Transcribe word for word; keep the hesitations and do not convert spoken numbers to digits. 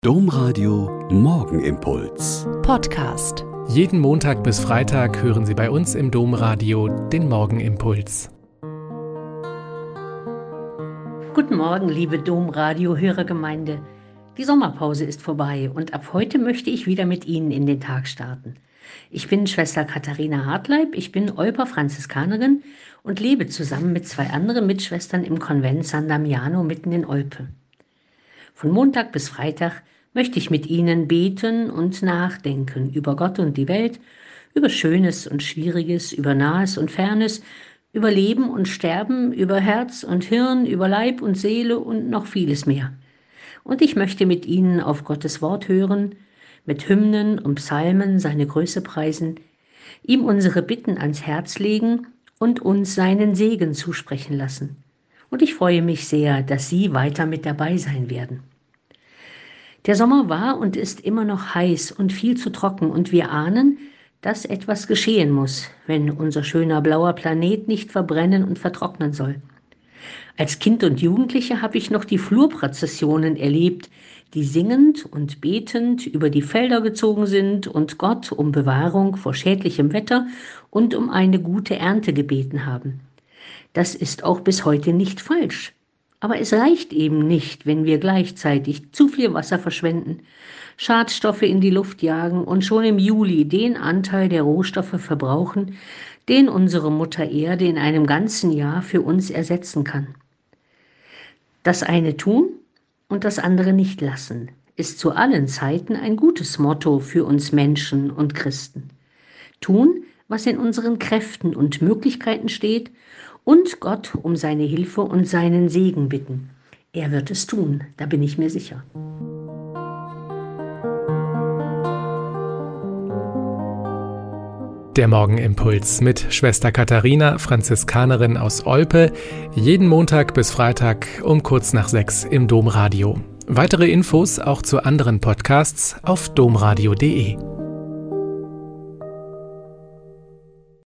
Domradio Morgenimpuls Podcast. Jeden Montag bis Freitag hören Sie bei uns im Domradio den Morgenimpuls. Guten Morgen, liebe Domradio-Hörergemeinde. Die Sommerpause ist vorbei und ab heute möchte ich wieder mit Ihnen in den Tag starten. Ich bin Schwester Katharina Hartleib, ich bin Olper Franziskanerin und lebe zusammen mit zwei anderen Mitschwestern im Konvent San Damiano mitten in Olpe. Von Montag bis Freitag möchte ich mit Ihnen beten und nachdenken über Gott und die Welt, über Schönes und Schwieriges, über Nahes und Fernes, über Leben und Sterben, über Herz und Hirn, über Leib und Seele und noch vieles mehr. Und ich möchte mit Ihnen auf Gottes Wort hören, mit Hymnen und Psalmen seine Größe preisen, ihm unsere Bitten ans Herz legen und uns seinen Segen zusprechen lassen. Und ich freue mich sehr, dass Sie weiter mit dabei sein werden. Der Sommer war und ist immer noch heiß und viel zu trocken und wir ahnen, dass etwas geschehen muss, wenn unser schöner blauer Planet nicht verbrennen und vertrocknen soll. Als Kind und Jugendliche habe ich noch die Flurprozessionen erlebt, die singend und betend über die Felder gezogen sind und Gott um Bewahrung vor schädlichem Wetter und um eine gute Ernte gebeten haben. Das ist auch bis heute nicht falsch. Aber es reicht eben nicht, wenn wir gleichzeitig zu viel Wasser verschwenden, Schadstoffe in die Luft jagen und schon im Juli den Anteil der Rohstoffe verbrauchen, den unsere Mutter Erde in einem ganzen Jahr für uns ersetzen kann. Das eine tun und das andere nicht lassen, ist zu allen Zeiten ein gutes Motto für uns Menschen und Christen. Tun, was in unseren Kräften und Möglichkeiten steht, und Gott um seine Hilfe und seinen Segen bitten. Er wird es tun, da bin ich mir sicher. Der Morgenimpuls mit Schwester Katharina, Franziskanerin aus Olpe, jeden Montag bis Freitag um kurz nach sechs im Domradio. Weitere Infos auch zu anderen Podcasts auf domradio punkt de.